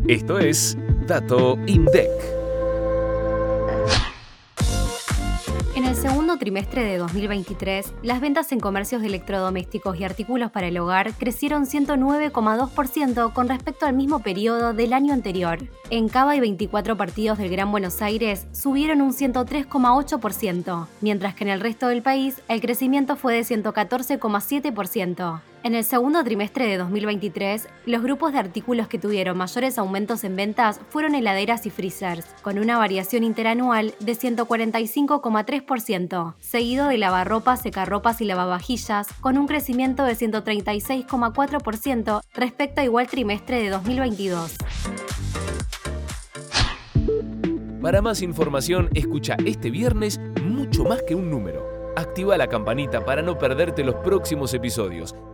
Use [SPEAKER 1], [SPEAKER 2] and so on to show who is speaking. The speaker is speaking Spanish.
[SPEAKER 1] Esto es Dato INDEC.
[SPEAKER 2] En el segundo trimestre de 2023, las ventas en comercios de electrodomésticos y artículos para el hogar crecieron 109,2% con respecto al mismo periodo del año anterior. En Cava y 24 partidos del Gran Buenos Aires subieron un 103,8%, mientras que en el resto del país el crecimiento fue de 114,7%. En el segundo trimestre de 2023, los grupos de artículos que tuvieron mayores aumentos en ventas fueron heladeras y freezers, con una variación interanual de 145,3%, seguido de lavarropas, secarropas y lavavajillas, con un crecimiento de 136,4% respecto a igual trimestre de 2022.
[SPEAKER 1] Para más información, escucha este viernes Mucho Más que un Número. Activa la campanita para no perderte los próximos episodios.